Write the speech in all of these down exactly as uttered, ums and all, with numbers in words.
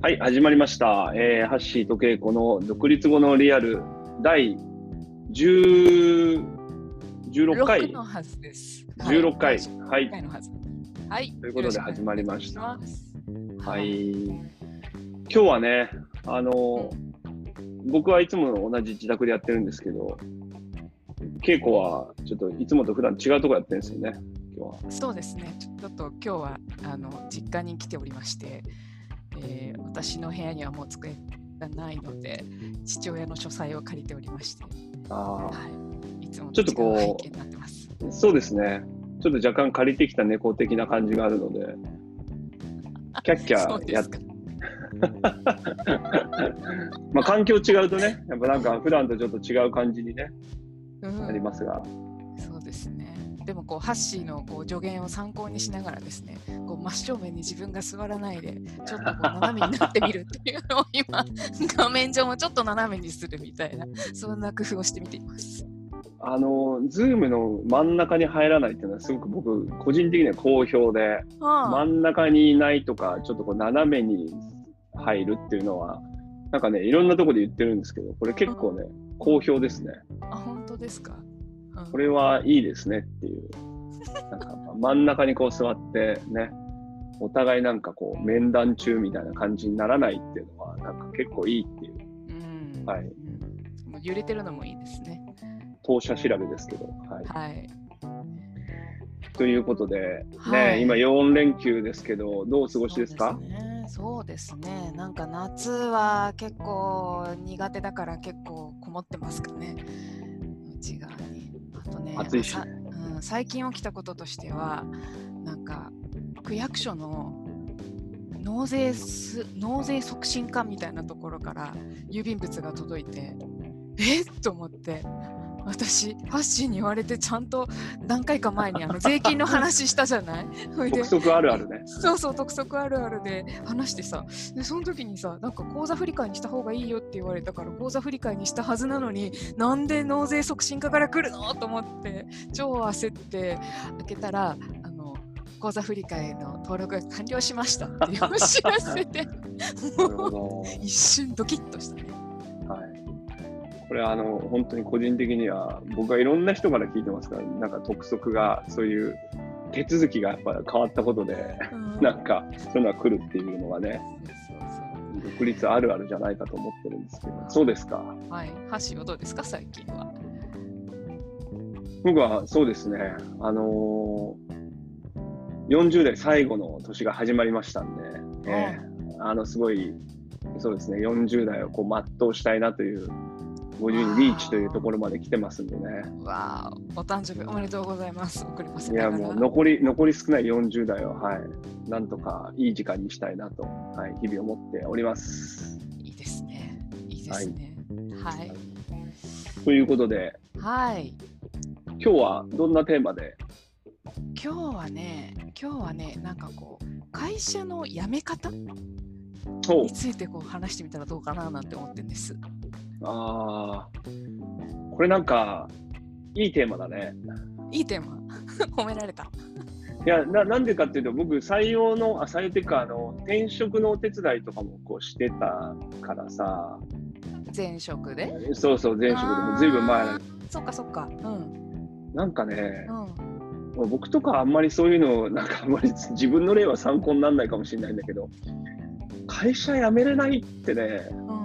はい、始まりました。えー、ハッシーとケイコの独立後のリアル第じゅう、じゅうろっかい。 ろくのはずです。 じゅうろっかい。 はい。はい、のはず。はい。 ということで始まりました。 はい。今日はね、あの、うん、僕はいつもの同じ自宅でやってるんですけど、ケイコはちょっといつもと普段違うところやってるんですよね。今日は。 そうですね。ちょっと今日はあの実家に来ておりまして。えー、私の部屋にはもう机がないので父親の書斎を借りておりまして、 あ、 はい、いつもと違う背景になってます。 そうですね。ちょっと若干借りてきた猫的な感じがあるのでキャッキャやっまあ環境違うとね、やっぱなんか普段とちょっと違う感じにね、うん、なりますが。 そうですね。でもこうハッシーのこう助言を参考にしながらですね、こう真正面に自分が座らないでちょっとこう斜めになってみるっていうのを今画面上もちょっと斜めにするみたいな、そんな工夫をしてみています。 あのズームの真ん中に入らないっていうのはすごく僕個人的には好評で、はあ、真ん中にいないとかちょっとこう斜めに入るっていうのはなんかね、いろんなところで言ってるんですけど、これ結構ね、うん、好評ですね。 あ、本当ですか。 これはいいですねっていう。なんか真ん中にこう座ってね、お互いなんかこう面談中みたいな感じにならないっていうのはなんか結構いいっていう。うん、はい。 うん、もう揺れてるのもいいですね。 当社調べですけど。はい。 はい、 ということで、はい、ね、今よん連休ですけど、どうお過ごしですか？ そうですね。なんか夏は結構苦手だから結構こもってますかね。内側に。あとね、 暑いしね。 うん、最近起きたこととしては、なんか区役所の納税す納税促進課みたいなところから郵便物が届いて、えっと思って。私ハッシーに言われてちゃんと何回か前にあの税金の話したじゃない督促あるあるね。 そうそう、督促あるあるで話してさ、でその時にさ、なんか口座振替にした方がいいよって言われたから口座振替にしたはずなのに、なんで納税促進課から来るのと思って超焦って開けたら、あの口座振替の登録が完了しましたっていうお知らせでもう一瞬ドキッとしたね。 はい。これはあの本当に個人的には僕はいろんな人から聞いてますから、なんか督促がそういう手続きがやっぱ変わったことで、うん、なんかそういうのが来るっていうのがね、そうそうそう、独立あるあるじゃないかと思ってるんですけど、そうですか。 はい。ハッシーはどうですか最近は？ 僕はそうですね、あのー、よんじゅう代最後の年が始まりましたんで、うん、えー、あのすごいそうですね、よんじゅう代をこう全うしたいなというごじゅうにリーチというところまで来てますんでね。 わー、お誕生日おめでとうございます。送ります。 いやもう残り残り少ないよんじゅう代を、はい、なんとかいい時間にしたいなと、はい、日々思っております。 いいですね。いいですね。はい。はい、 ということで、 はい。 今日はどんなテーマで？ 今日はね、今日はね、なんかこう会社の辞め方についてこう話してみたらどうかななんて思ってるんです。 ああ、これなんかいいテーマだね。 いいテーマ褒められた。 いや な, なんでかっていうと、僕採用のあ採用っていうかあの転職のお手伝いとかもこうしてたからさ。 前職で？ そうそう、前職でもずいぶん前。 そっかそっか。うん。 なんかね、うん、僕とかあんまりそういうのなんかあんまり自分の例は参考にならないかもしれないんだけど、会社辞めれないってね。うん、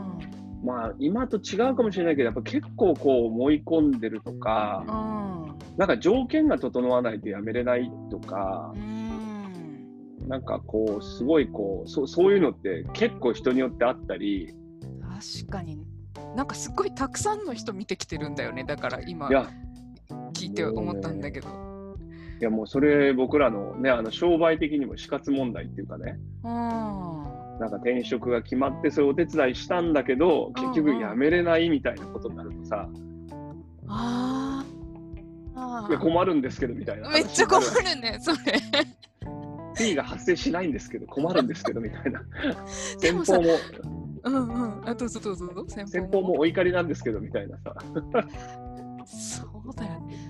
まあ今と違うかもしれないけど、やっぱ結構こう思い込んでるとか、うん、なんか条件が整わないと辞めれないとか、うん、なんかこうすごいこう そ, そういうのって結構人によってあったり。 確かになんかすごいたくさんの人見てきてるんだよね。だから今聞いて思ったんだけど、 いやもうそれ僕らのね、あの商売的にも死活問題っていうかね、うん、なんか転職が決まってそれお手伝いしたんだけど結局辞めれないみたいなことになるとさ、うんうん、ああ、いや困るんですけどみたいな。 めっちゃ困るねそれ。 フィーが発生しないんですけど困るんですけどみたいな。先方もうんうん、あ、どうぞどうぞ。 先方も先方もお怒りなんですけどみたいなさ。 そうだよね。な、な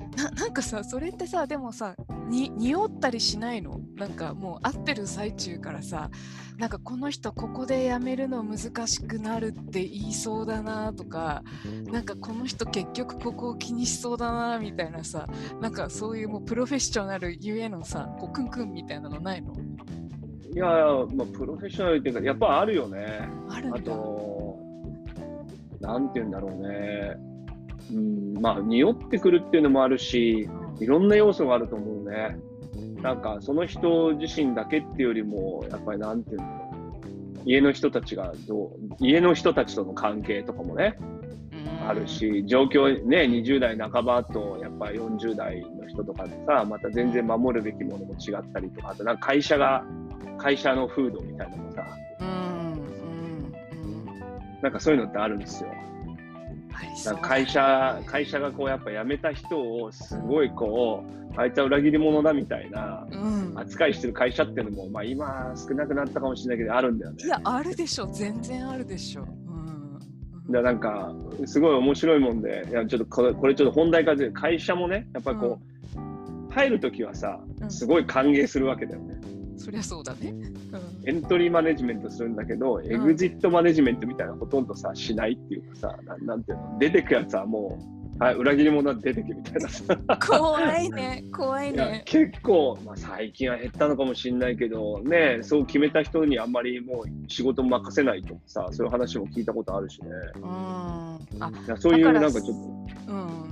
なんかさ、それってさ、でもさ、に匂ったりしないの？なんかもう会ってる最中からさ、なんかこの人ここで辞めるの難しくなるって言いそうだなとか、なんかこの人結局ここを気にしそうだなみたいなさ、なんかそういうもうプロフェッショナルゆえのさ、こうクンクンみたいなのないの？ いやー、まあ、プロフェッショナルっていうか、やっぱあるよね。 あるんだ。 あと、なんて言うんだろうね。うん、まあ、匂ってくるっていうのもあるし、いろんな要素があると思うね。なんか、その人自身だけっていうよりも、やっぱりなんていうの、家の人たちがどう、家の人たちとの関係とかもね、あるし、状況ね、にじゅう代半ばと、やっぱよんじゅう代の人とかでさ、また全然守るべきものも違ったりとか、あとなんか会社が、会社の風土みたいなのもさ、 うんうんうん、 なんかそういうのってあるんですよ。だから会社、会社がこうやっぱ辞めた人をすごいこう、あいつは裏切り者だみたいな扱いしてる会社っていうのも、まあ今少なくなったかもしれないけど、あるんだよね。 いや、あるでしょ、全然あるでしょ。うんだなんかすごい面白いもんで、いやちょっとこれ、これちょっと本題からで、会社もね、やっぱりこう、うん、入るときはさ、すごい歓迎するわけだよね。 うん、そりゃそうだね。 うん、エントリーマネジメントするんだけど、うん、エグジットマネジメントみたいなほとんどさしないっていうかさ、な、なんていうの、出てくやつはもう、はい、裏切り者は出てけみたいなさ。 怖いね、怖いね。 い結構、まあ、最近は減ったのかもしれないけど、ね、そう決めた人にあんまりもう仕事任せないとかさ、そういう話も聞いたことあるしね。うん、あ、そういうなんかちょっと。 うん、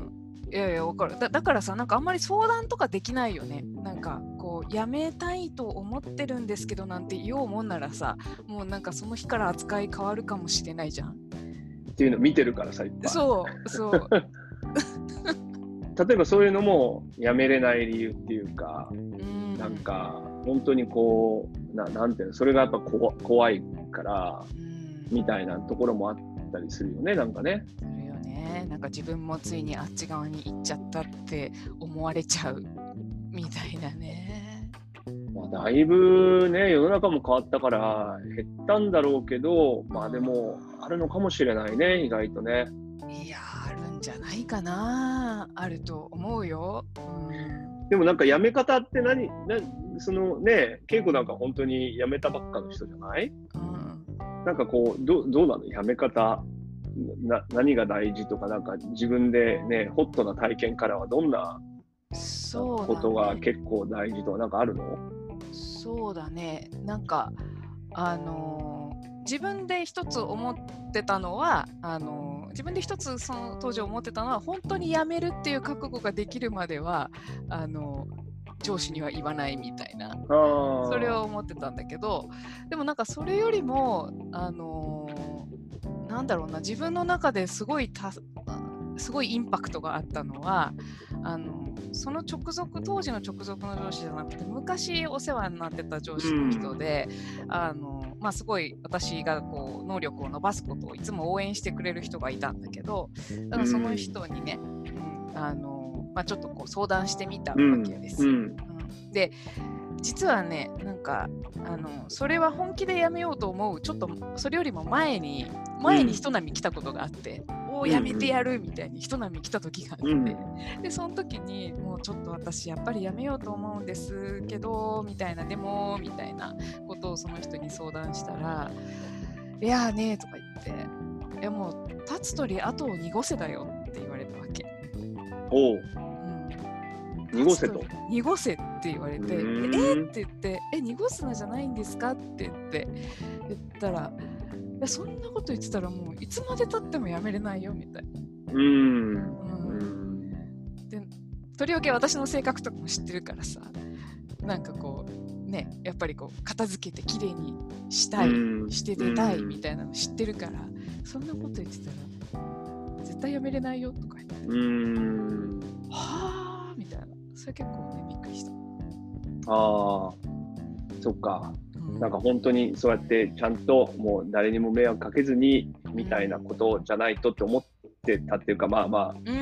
いやいや、わかる。だ、だからさ、なんかあんまり相談とかできないよね。なんかこう、辞めたいと思ってるんですけどなんて言おうもんならさ、もうなんかその日から扱い変わるかもしれないじゃん。 っていうの見てるからさ、いっぱい。 そうそう。 例えばそういうのもやめれない理由っていうか、うん、なんか本当にこう な, なんていうの、それがやっぱこ怖いから、うん、みたいなところもあったりするよね、なんかね。 するよね。なんか自分もついにあっち側に行っちゃったって思われちゃうみたいなね。 まあ、だいぶね、世の中も変わったから減ったんだろうけど、まあでもあるのかもしれないね、意外とね。 いやー、あるんじゃないかな。あると思うよ。うん、 でもなんか辞め方って何、なそのね、稽古なんか本当に辞めたばっかの人じゃない？うん、なんかこう、ど, どうなの辞め方な、何が大事とか、なんか自分でね、ホットな体験からはどんなことが結構大事とかなんかあるの？ そうだね。なんか、あのー、自分で一つ思ってたのは、あのー、自分で一つその当時思ってたのは、本当に辞めるっていう覚悟ができるまでは、あのー、上司には言わないみたいな、それを思ってたんだけど、でもなんかそれよりも、あのー、なんだろうな、自分の中ですごいたすごいインパクトがあったのは、あのその直属当時の直属の上司じゃなくて、昔お世話になってた上司の人で、うん、あのまあ、すごい私がこう能力を伸ばすことをいつも応援してくれる人がいたんだけど、だからその人にね、うん、あのまあ、ちょっとこう相談してみたわけですよ。うんうん、で実はね、なんかあのそれは本気でやめようと思うちょっとそれよりも前に前に人並み来たことがあって、うん、おーやめてやるみたいに人並み来た時があって、うん、でその時にもうちょっと私やっぱりやめようと思うんですけどみたいな、でもみたいなことをその人に相談したら、いやーねとか言って、いやもう立つ鳥後を濁せだよって言われたわけ。 おう、濁せと濁せって言われて、えー、って言って、え濁すなじゃないんですかって言って言ったら、いやそんなこと言ってたらもういつまで経ってもやめれないよみたいな。うん、うん、でとりわけ私の性格とかも知ってるからさ、なんかこうね、やっぱりこう片付けてきれいにしたい、して出たいみたいなの知ってるから、そんなこと言ってたら絶対やめれないよとか言って、うーん、はぁみたいな、それ結構ねびっくりした。 ああ、そっか。なんか本当にそうやってちゃんともう誰にも迷惑かけずにみたいなことじゃないとって思ってたっていうか、まあまあ、うん、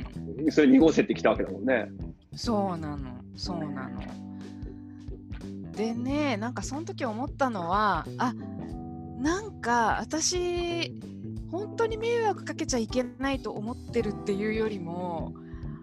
それ濁せてきたわけだもんね。 そうなの、そうなの。でね、なんかその時思ったのは、あ、なんか私本当に迷惑かけちゃいけないと思ってるっていうよりも、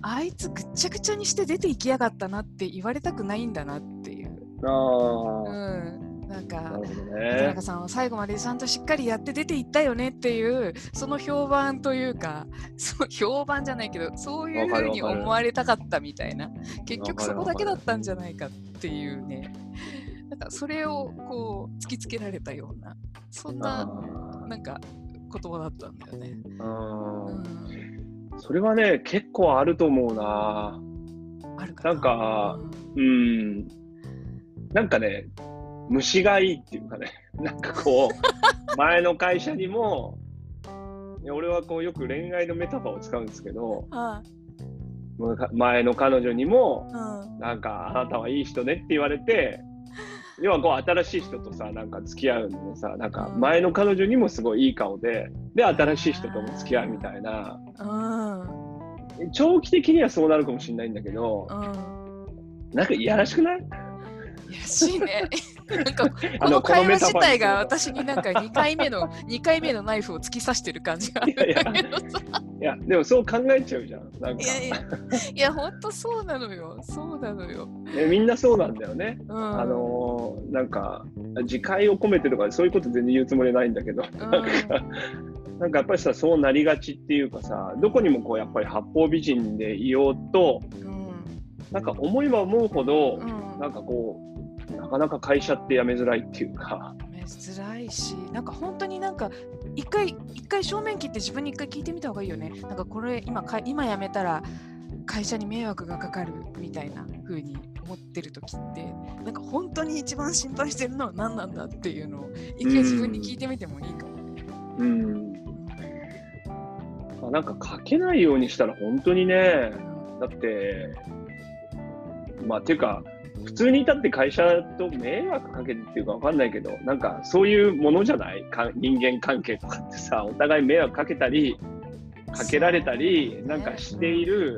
あいつぐっちゃぐちゃにして出て行きやがったなって言われたくないんだなっていう。 ああ、 うん、なんか、 なるほど畑ね。 中さんは最後までちゃんとしっかりやって出ていったよねっていうその評判というか、そう評判じゃないけどそういう風に思われたかったみたいな、結局そこだけだったんじゃないかっていうね、なんかそれをこう突きつけられたようなそんななんか言葉だったんだよね。 あ、 うん、 それはね結構あると思うな。 あるかな。 なんか、うん、うんなんかね虫がいいっていうかね、なんかこう前の会社にも、俺はこうよく恋愛のメタファーを使うんですけど、 ああ前の彼女にも、 うん、 なんかあなたはいい人ねって言われて、要はこう新しい人とさなんか付き合うのもさ、なんか前の彼女にもすごいいい顔で、で新しい人とも付き合うみたいな、 うん、 長期的にはそうなるかもしれないんだけど、 うん、 なんかいやらしくない？ いやらしいね。なんかこの会話自体が私になんかにかいめのにかいめのナイフを突き刺してる感じがあるんだけどさ。 いやでもそう考えちゃうじゃん。なんかいやいやいや本当そうなのよ、そうなのよ。 えみんなそうなんだよね。 うん、 あのー、なんか自戒を込めてとかそういうこと全然言うつもりないんだけど、 うん、 なんかなんかやっぱりさそうなりがちっていうかさ、どこにもこうやっぱり八方美人でいようと、うん、なんか思えば思うほど、うん、なんかこうなかなか会社って辞めづらいっていうか。 辞めづらいし、なんか本当になんか一回一回正面切って自分に一回聞いてみた方がいいよね。なんかこれ今か今辞めたら会社に迷惑がかかるみたいな風に思ってる時って、なんか本当に一番心配してるのは何なんだっていうのを一回自分に聞いてみてもいいかもね。 うん、うん、なんかかけないようにしたら本当にね、だってまあていうか普通にいたって会社と迷惑かけてっていうかわかんないけど、なんかそういうものじゃないか、人間関係とかってさ、お互い迷惑かけたりかけられたりなんかしている。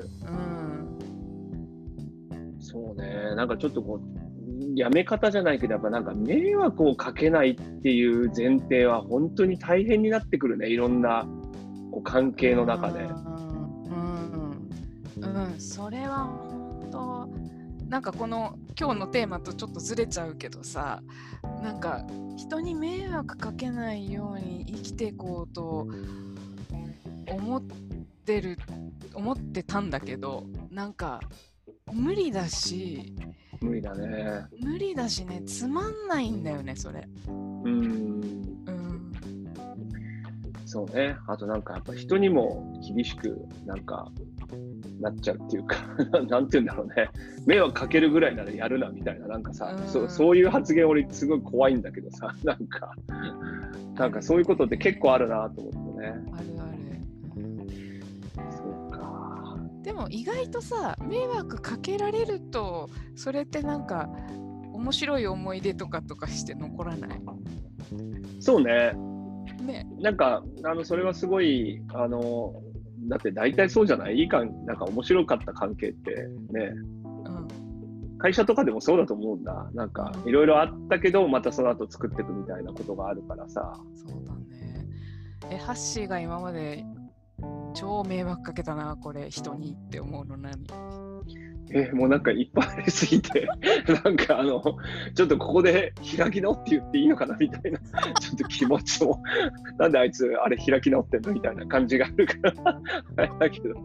そうね、なんかちょっとこうやめ方じゃないけど、やっぱなんか迷惑をかけないっていう前提は本当に大変になってくるね、いろんなこう関係の中で。 うんうん、うん、それは本当なんかこの今日のテーマとちょっとずれちゃうけどさ、なんか人に迷惑かけないように生きていこうと思ってる思ってたんだけど、なんか無理だし無理だね無理だしね、つまんないんだよねそれ。 うん、うん、そうね。あとなんかやっぱ人にも厳しくなんかなっちゃうっていうかなんて言うんだろうね、迷惑かけるぐらいならやるなみたいな、なんかさ、うん、そ, そういう発言俺すごい怖いんだけどさ、なんかなんかそういうことって結構あるなと思ってね。 あるある、 うん、そうか。 でも意外とさ迷惑かけられるとそれってなんか面白い思い出とかとかして残らない？ そうね。 ね、 なんかあのそれはすごいあのだって大体そうじゃない？いいかん、なんか面白かった関係ってね、うん、会社とかでもそうだと思うんだ。なんかいろいろあったけどまたその後作っていくみたいなことがあるからさ。 そうだね。え、ハッシーが今まで超迷惑かけたなこれ人にって思うの何？ えもうなんかいっぱいありすぎてなんかあのちょっとここで開き直って言っていいのかなみたいなちょっと気持ちもなんであいつあれ開き直ってんのみたいな感じがあるからあれだけどい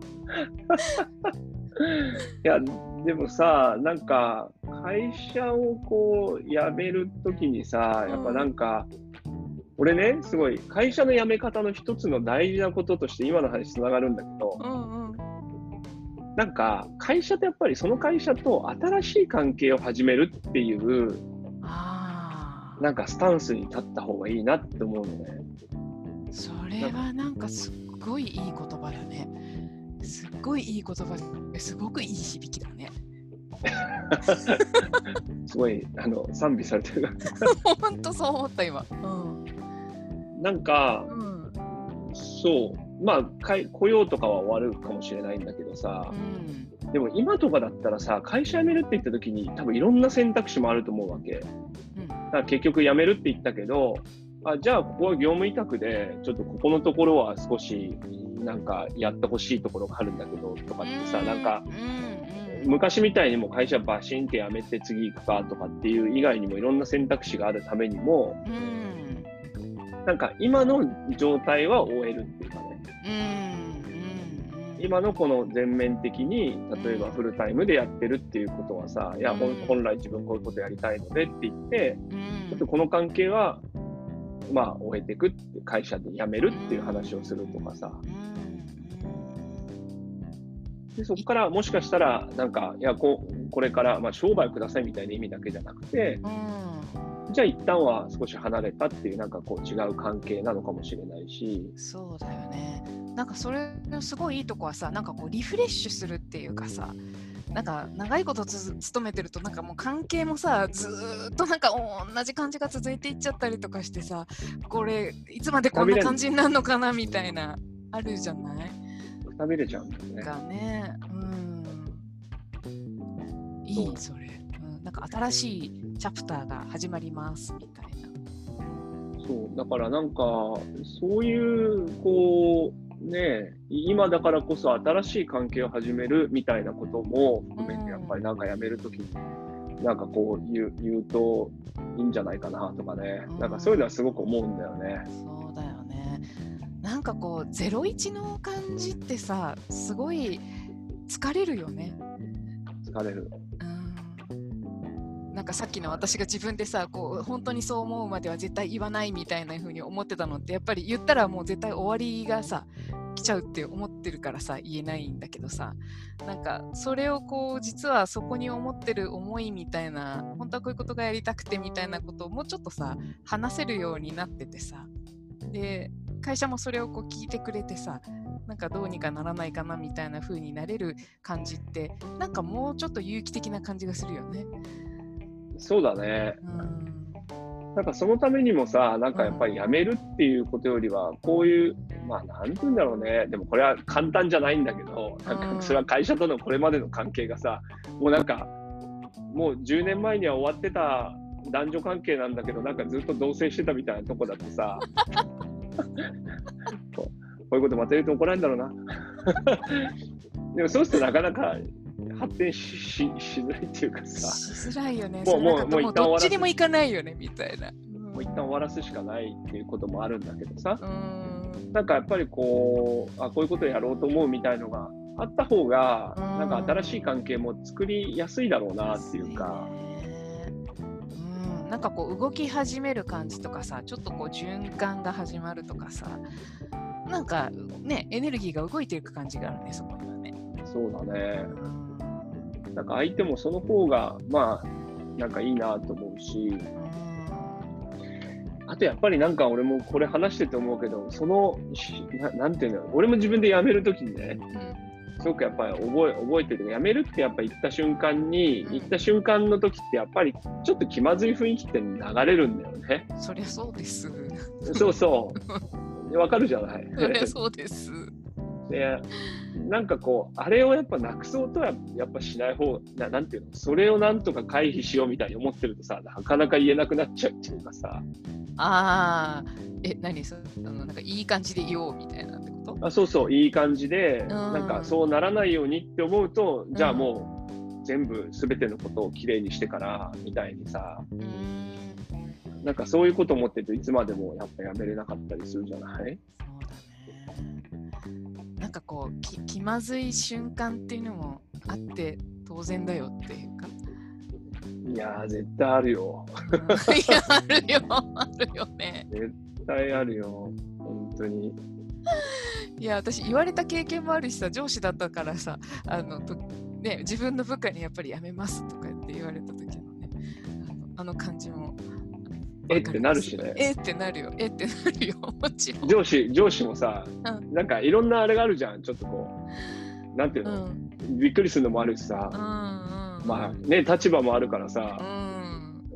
やでもさ、なんか会社をこう辞めるときにさ、やっぱなんか、うん、俺ねすごい会社の辞め方の一つの大事なこととして今の話つながるんだけど、うんうん、なんか会社ってやっぱりその会社と新しい関係を始めるっていうあなんかスタンスに立った方がいいなって思うのね。 それはなんかすっごいいい言葉だね。すっごいいい言葉ですごくいい響きだね。 すごいあの賛美されてる。 本当そう思った今。うん、 なんか、うん、そうまあ雇用とかは終わるかもしれないんだけどさ、うん、でも今とかだったらさ会社辞めるって言った時に多分いろんな選択肢もあると思うわけ。うん、だから結局辞めるって言ったけど、あじゃあここは業務委託でちょっとここのところは少しなんかやってほしいところがあるんだけどとかってさ、 うんなんかうん昔みたいにもう会社バシンって辞めて次行くかとかっていう以外にもいろんな選択肢があるためにも、 うんうんなんか今の状態は終えるっていうかね、 うんうん今のこの全面的に例えばフルタイムでやってるっていうことはさ、いやほん本来自分こういうことやりたいのでって言って、 うんちょっとこの関係はまあ終えていくって、会社で辞めるっていう話をするとかさ、でそこからもしかしたらなんかいや こ, これからまあ商売くださいみたいな意味だけじゃなくて、 うん、 じゃあ一旦は少し離れたっていうなんかこう違う関係なのかもしれないし。 そうだよね。なんかそれのすごいいいとこはさ、なんかこうリフレッシュするっていうかさ、なんか長いことつ勤めてるとなんかもう関係もさずーっとなんか同じ感じが続いていっちゃったりとかしてさ、これいつまでこんな感じになるのかなみたいなあるじゃない。 くたびれちゃうんだよね。 がね、うん、いいそれ、うん、なんか新しいチャプターが始まりますみたいな。 そうだからなんかそういうこうね、今だからこそ新しい関係を始めるみたいなことも含めて、やっぱりなんか辞めるときになんかこう言う、言うといいんじゃないかなとかね、なんかそういうのはすごく思うんだよね。 そうだよね。なんかこうゼロイチの感じってさ、すごい疲れるよね。 疲れる。 なんかさっきの私が自分でさ、こう本当にそう思うまでは絶対言わないみたいな風に思ってたのって、やっぱり言ったらもう絶対終わりがさ来ちゃうって思ってるからさ言えないんだけどさ、なんかそれをこう実はそこに思ってる思いみたいな、本当はこういうことがやりたくてみたいなことをもうちょっとさ話せるようになっててさ、で会社もそれをこう聞いてくれてさ、なんかどうにかならないかなみたいな風になれる感じって、なんかもうちょっと有機的な感じがするよね。 そうだね、 うん、 なんかそのためにもさ、なんかやっぱり辞めるっていうことよりはこういう、まあなんて言うんだろうね、でもこれは簡単じゃないんだけど、なんかそれは会社とのこれまでの関係がさ、もうなんかもうじゅうねんまえには終わってた男女関係なんだけど、なんかずっと同棲してたみたいなとこだとさこういうことまた言うと怒られるんだろうなでもそうするとなかなか発展 し, し, しづらいっていうかさ、 しづらいよね。 もうもうもう一旦終わらす、 どっちにも行かないよねみたいな、 うん、もう一旦終わらすしかないっていうこともあるんだけどさ、 うん、 なんかやっぱりこう、あ、こういうことをやろうと思うみたいのがあった方が、うん、なんか新しい関係も作りやすいだろうなっていうか、 うん、なんかこう動き始める感じとかさ、ちょっとこう循環が始まるとかさ、なんかねエネルギーが動いていく感じがあるね、そこにはね。 そうだね。なんか相手もその方がまあなんかいいなと思うし、あとやっぱりなんか俺もこれ話してて思うけど、その な, なんていうの、俺も自分で辞めるときにね、うん、すごくやっぱり覚え覚えてる。辞めるってやっぱ言った瞬間に、うん、言った瞬間の時ってやっぱりちょっと気まずい雰囲気って流れるんだよね。 そりゃそうです。 そうそう。わかるじゃない。 そりゃそうです。 でなんかこうあれをやっぱなくそうとはやっぱしない方な、なんていうの、それをなんとか回避しようみたいに思ってるとさ、なかなか言えなくなっちゃうっていうかさ。 ああ、え、何そのなんかいい感じで言おうみたいなってこと？ あ、そうそう、いい感じで、 うん、 なんかそうならないようにって思うと、じゃあもう全部全てのことをきれいにしてからみたいにさ、うん、なんかそういうこと思ってるといつまでもやっぱやめれなかったりするじゃない？ なんかこう 気, 気まずい瞬間っていうのもあって当然だよっていうか、 いやー絶対あるよいやあるよあるよね、 絶対あるよ本当に。 いや私言われた経験もあるしさ、上司だったからさ、あのと、ね、自分の部下にやっぱりやめますとかって言われた時のね、あの、あの感じもえってなるしね。 えってなるよ。えってなるよ。もちろん。 上司、上司もさ、うん、なんかいろんなあれがあるじゃん。ちょっとこう、なんていうの、うん、びっくりするのもあるしさ、うんうんうん、まあね、立場もあるからさ、うん、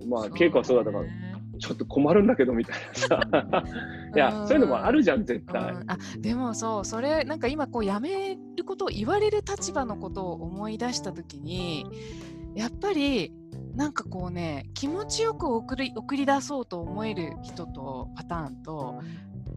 まあ稽古はそうだったから、ちょっと困るんだけどみたいなさ。いや、うん、そういうのもあるじゃん、絶対。 うん、あ、でもそう、それ、なんか今こう、やめることを言われる立場のことを思い出したときに、やっぱり、なんかこうね、気持ちよく送り、送り出そうと思える人とパターンと、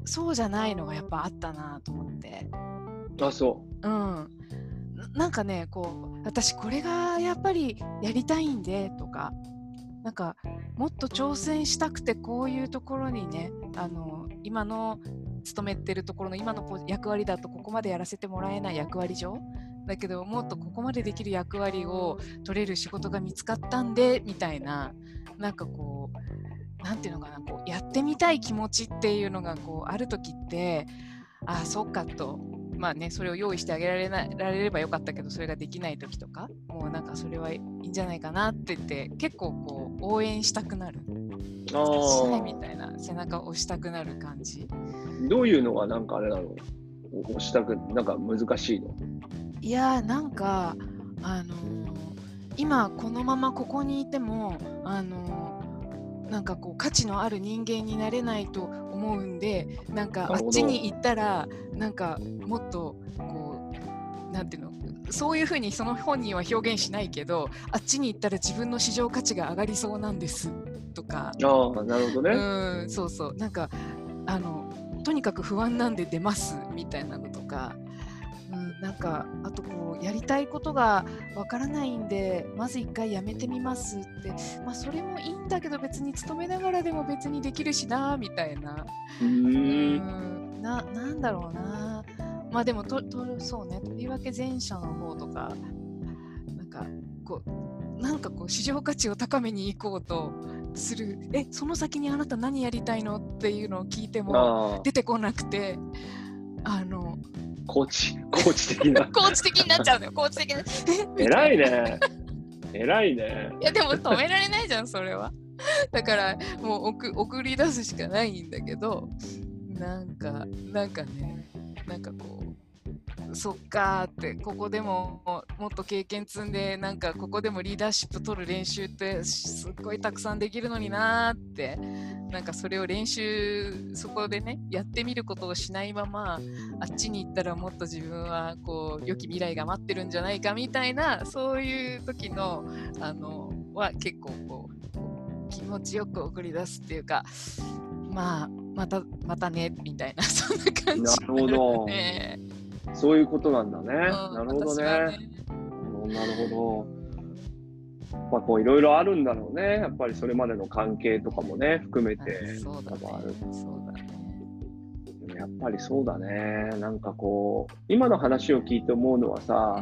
そうじゃないのがやっぱあったなと思って。 あ、そう。うん。なんかね、こう私これがやっぱりやりたいんでとか、なんかもっと挑戦したくてこういうところにね、あの今の勤めてるところの今の役割だとここまでやらせてもらえない役割上だけど、もっとここまでできる役割を取れる仕事が見つかったんでみたいな、なんかこうなんていうのかな、こうやってみたい気持ちっていうのがこうある時って、ああそっかと、まあね、それを用意してあげられなられればよかったけど、それができない時とか、もうなんかそれはいいんじゃないかなって言って結構こう応援したくなる、しないみたいな、背中を押したくなる感じ。 どういうのがなんかあれなの、押したくなんか難しいの？ いやーなんかあのー、今このままここにいてもあのー、なんかこう価値のある人間になれないと思うんで、なんかあっちに行ったらなんかもっとこうなんていうの、そういうふうにその本人は表現しないけど、あっちに行ったら自分の市場価値が上がりそうなんですとか。 ああ、なるほどね。 うん、そうそう、なんかあのとにかく不安なんで出ますみたいなのとか、うん、なんかあとこうやりたいことがわからないんでまず一回やめてみますって、まあ、それもいいんだけど別に勤めながらでも別にできるしなみたいな。 うーん、 うん、な、なんだろうな。まあでもととそうね、とりわけ前者の方とかなんかこうなんかこう市場価値を高めに行こうとする、えその先にあなた何やりたいのっていうのを聞いても出てこなくて、あのコーチコーチ的なコーチ的になっちゃうのよ。コーチ的なえ偉いね偉いね。 いやでも止められないじゃんそれは。だからもう送送り出すしかないんだけど、なんかなんかね、なんかこうそっかーって、ここでももっと経験積んでなんかここでもリーダーシップ取る練習ってすっごいたくさんできるのになーって、なんかそれを練習そこでねやってみることをしないまま、あっちに行ったらもっと自分はこう良き未来が待ってるんじゃないかみたいな、そういう時のあのは結構こう気持ちよく送り出すっていうか、まあまたまたねみたいな、そんな感じ、ね、 なるほど、そういうことなんだね。 うん、 なるほどね。 ねなるほど。まあこういろいろあるんだろうね。やっぱりそれまでの関係とかもね含めて。 そうだね。そうだね。 やっぱりそうだね。なんかこう今の話を聞いて思うのはさ、うん、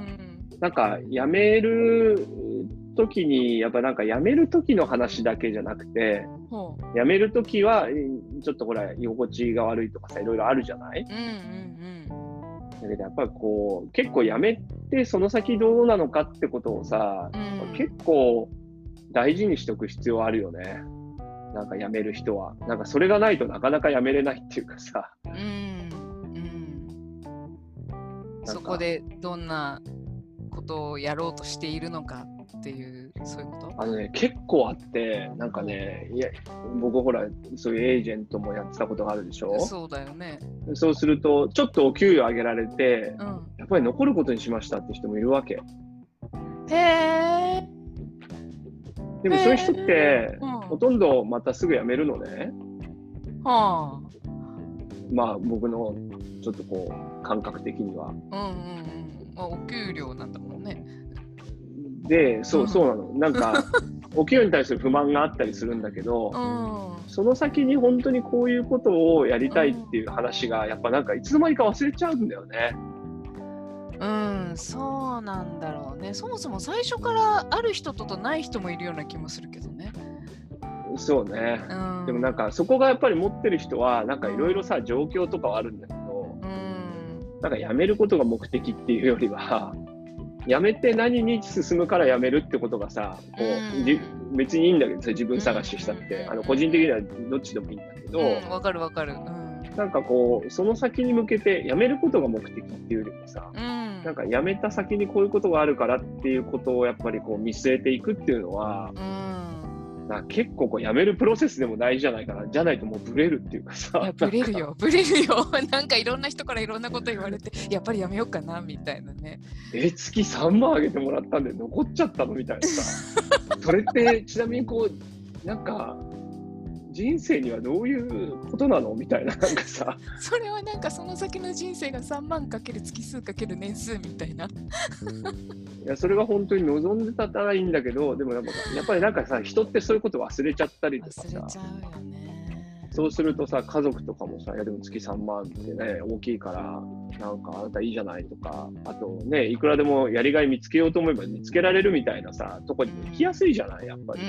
なんか辞める時にやっぱなんか辞める時の話だけじゃなくて、辞める時はちょっとほら居心地が悪いとかさ、いろいろあるじゃない。うんうんうん。だけどやっぱりこう結構辞めてその先どうなのかってことをさ、うん、結構大事にしておく必要あるよね。なんか辞める人はなんかそれがないとなかなか辞めれないっていうかさ、うんうん、そこでどんなことをやろうとしているのかっていう、そういうこと？ あのね、結構あって、なんかね、いや僕ほらそういうエージェントもやってたことがあるでしょ。 そうだよね。 そうするとちょっとお給料上げられて、うん、やっぱり残ることにしましたって人もいるわけ。 へー。 でもそういう人って、うん、ほとんどまたすぐ辞めるのね。はあ。まあ僕のちょっとこう感覚的には。うんうんうん。 まあ、お給料なんだもんね。 で、そう、うん、そうなの。なんかお給料に対する不満があったりするんだけど、うん、その先に本当にこういうことをやりたいっていう話がやっぱなんかいつの間にか忘れちゃうんだよね。 うん、そうなんだろうね。そもそも最初からある人ととない人もいるような気もするけどね。 そうね、うん、でもなんかそこがやっぱり持ってる人はなんかいろいろさ状況とかはあるんだけど、うん、なんか辞めることが目的っていうよりは辞めて何に進むから辞めるってことがさ、こう、うん、別にいいんだけどさ、自分探ししたって、うん、あの個人的にはどっちでもいいんだけど、 わ、うん、かるわかる、うん、 なんかこうその先に向けて辞めることが目的っていうよりもさ、うん、なんか辞めた先にこういうことがあるからっていうことをやっぱりこう見据えていくっていうのは、うん、なんか結構こう辞めるプロセスでも大事じゃないかな。じゃないともうブレるっていうかさ。 いやブレるよブレるよなんかいろんな人からいろんなこと言われてやっぱり辞めようかなみたいなね。 え月さんまんあげてもらったんで残っちゃったのみたいなさそれってちなみにこうなんか人生にはどういうことなのみたいな、なんかさそれはなんかその先の人生がさんまんかける月数かける年数みたいな。いやそれが本当に望んでたらいいんだけど、でもやっぱやっぱりなんかさ、人ってそういうこと忘れちゃったりとかさ、 忘れちゃうよね。 そうするとさ、家族とかもさ、いやでも月さんまんってね、大きいから、なんかあなたいいじゃないとか、あとね、いくらでもやりがい見つけようと思えば見つけられるみたいなさ、とこに行きやすいじゃない、やっぱり。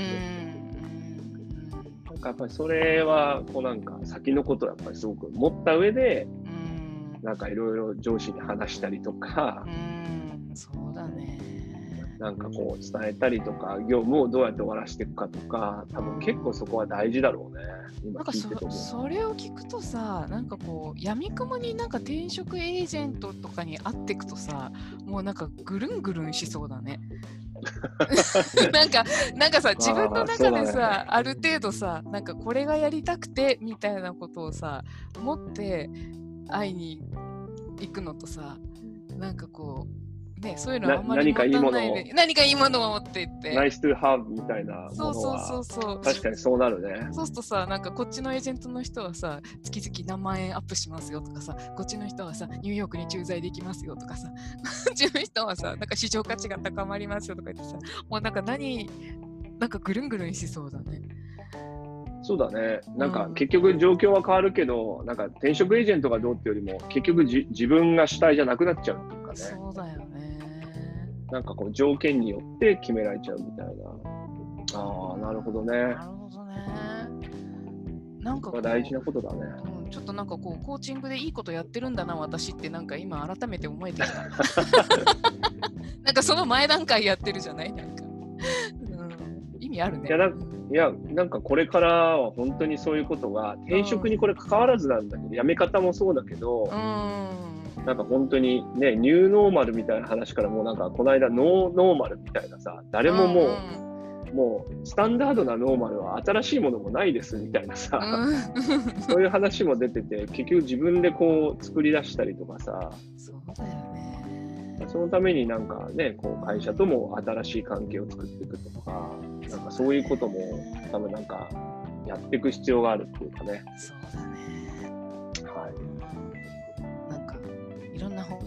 なんかやっぱりそれは、こうなんか先のことをやっぱりすごく持った上で、なんかいろいろ上司に話したりとか、 うん、そうだね。 なんかこう伝えたりとか、業務をどうやって終わらせていくかとか、多分結構そこは大事だろうね。今聞いてて思う。 なんか そ, それを聞くとさ、なんかこう闇雲になんか転職エージェントとかに会っていくとさ、もうなんかぐるんぐるんしそうだね。なんかなんかさ、自分の中でさ、あ, ある程度さ、なんかこれがやりたくてみたいなことをさ持って会いに行くのとさ、なんかこうね、そういうのはあんまり持たないで、何かいいものを持っていって、 ナイストゥハーブみたいなものは、 そうそうそうそう、 確かにそうなるね。 そうするとさ、なんかこっちのエージェントの人はさ、月々何万円アップしますよとかさ、こっちの人はさ、ニューヨークに駐在できますよとかさ、こっちの人はさ、なんか市場価値が高まりますよとか言ってさ、もうなんか何、なんかぐるんぐるんしそうだね。 そうだね。なんか結局状況は変わるけど、なんか転職エージェントがどうってよりも、結局じ自分が主体じゃなくなっちゃうっていうかね。 そうだよね。 なんかこう条件によって決められちゃうみたいな。ああ、なるほどね。 なるほどね。なんかこう大事なことだね、 うん。ちょっとなんかこうコーチングでいいことやってるんだな私ってなんか今改めて思えてきた。なんかその前段階やってるじゃないなんか、うん、意味あるね。 いやなんいやなんかこれからは本当にそういうことが転職にこれ関わらずなんだけど、辞め方もそうだけど。うんなんか本当にね、ニューノーマルみたいな話からもうなんかこの間ノーノーマルみたいなさ、誰ももう、うん、もうスタンダードなノーマルは新しいものもないですみたいなさ、うん、そういう話も出てて、結局自分でこう作り出したりとかさ、 そうだよね。 そのためになんかね、こう会社とも新しい関係を作っていくとか、なんかそういうことも多分なんかやっていく必要があるっていうかね。 そうだね。 はい。 いろんな本。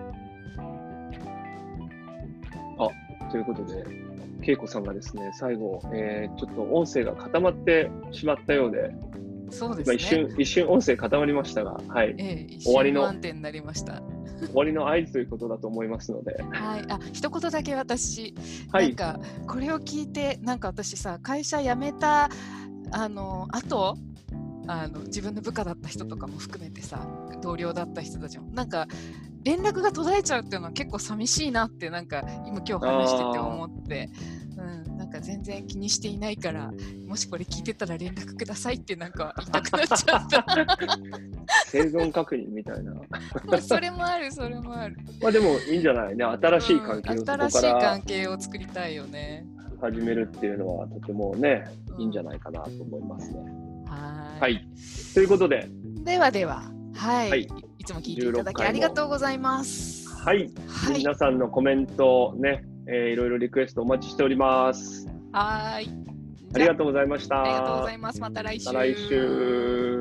あ、ということで、恵子さんがですね、最後、えー、ちょっと音声が固まってしまったようで、 そうですね。 一瞬、一瞬音声固まりましたが、はい。 ええ、終わりの安定になりました。 終わりの合図ということだと思いますので。 はい。あ、一言だけ私、はい、なんかこれを聞いて、なんか私さ、会社辞めたあの後。あの自分の部下だった人とかも含めてさ、同僚だった人たちもなんか連絡が途絶えちゃうっていうのは結構寂しいなってなんか今今日話してて思って、うん、なんか全然気にしていないからもしこれ聞いてたら連絡くださいってなんか言いたくなっちゃった生存確認みたいなそれもあるそれもある。 まあでもいいんじゃないね、新しい関係をそこから、 うん、新しい関係を作りたいよね。 始めるっていうのはとてもね、うん、いいんじゃないかなと思いますね。はい、ということでではでは、はい、はい、いつも聞いていただきありがとうございます。 はい、はい、皆さんのコメントね、えー、いろいろリクエストお待ちしております。 はい、 ありがとうございました。 ありがとうございます。また来週。 また来週。